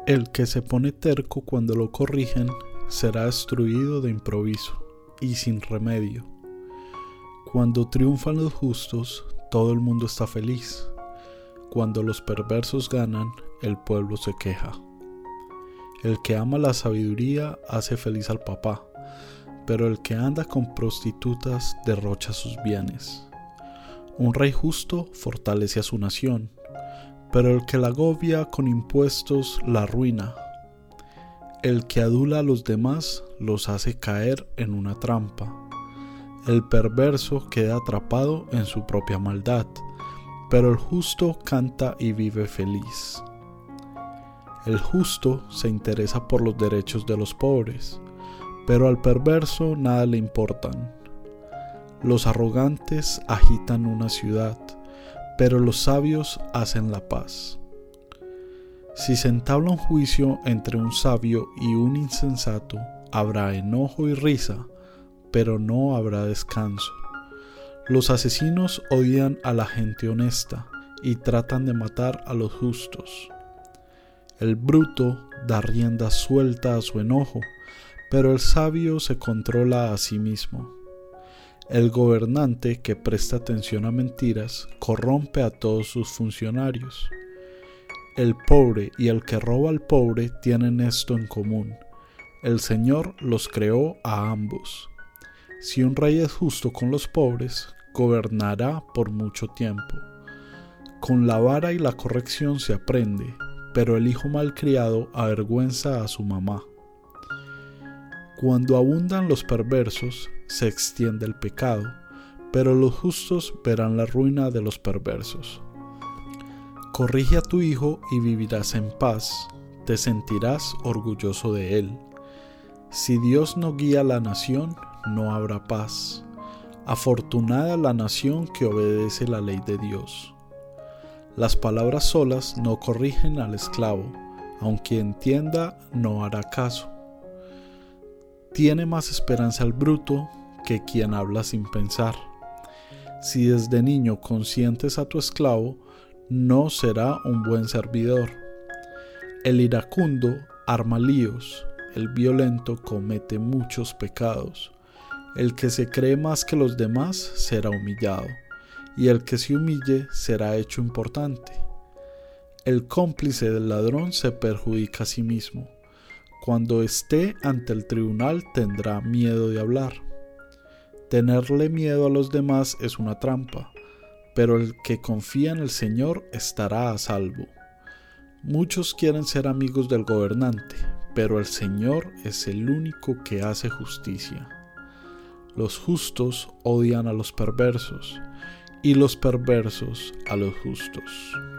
El que se pone terco cuando lo corrigen será destruido de improviso y sin remedio. Cuando triunfan los justos, todo el mundo está feliz. Cuando los perversos ganan, el pueblo se queja. El que ama la sabiduría hace feliz al papá, pero el que anda con prostitutas derrocha sus bienes. Un rey justo fortalece a su nación, pero el que la agobia con impuestos la arruina. El que adula a los demás los hace caer en una trampa. El perverso queda atrapado en su propia maldad, pero el justo canta y vive feliz. El justo se interesa por los derechos de los pobres, pero al perverso nada le importan. Los arrogantes agitan una ciudad, pero los sabios hacen la paz. Si se entabla un juicio entre un sabio y un insensato, habrá enojo y risa, pero no habrá descanso. Los asesinos odian a la gente honesta y tratan de matar a los justos. El bruto da rienda suelta a su enojo, pero el sabio se controla a sí mismo. El gobernante que presta atención a mentiras corrompe a todos sus funcionarios. El pobre y el que roba al pobre tienen esto en común: el Señor los creó a ambos. Si un rey es justo con los pobres, gobernará por mucho tiempo. Con la vara y la corrección se aprende, pero el hijo malcriado avergüenza a su mamá. Cuando abundan los perversos, se extiende el pecado, pero los justos verán la ruina de los perversos. Corrige a tu hijo y vivirás en paz, te sentirás orgulloso de él. Si Dios no guía a la nación, no habrá paz. Afortunada la nación que obedece la ley de Dios. Las palabras solas no corrigen al esclavo, aunque entienda, no hará caso. Tiene más esperanza el bruto que quien habla sin pensar. Si desde niño consientes a tu esclavo, no será un buen servidor. El iracundo arma líos, el violento comete muchos pecados. El que se cree más que los demás será humillado, y el que se humille será hecho importante. El cómplice del ladrón se perjudica a sí mismo. Cuando esté ante el tribunal tendrá miedo de hablar. Tenerle miedo a los demás es una trampa, pero el que confía en el Señor estará a salvo. Muchos quieren ser amigos del gobernante, pero el Señor es el único que hace justicia. Los justos odian a los perversos, y los perversos a los justos.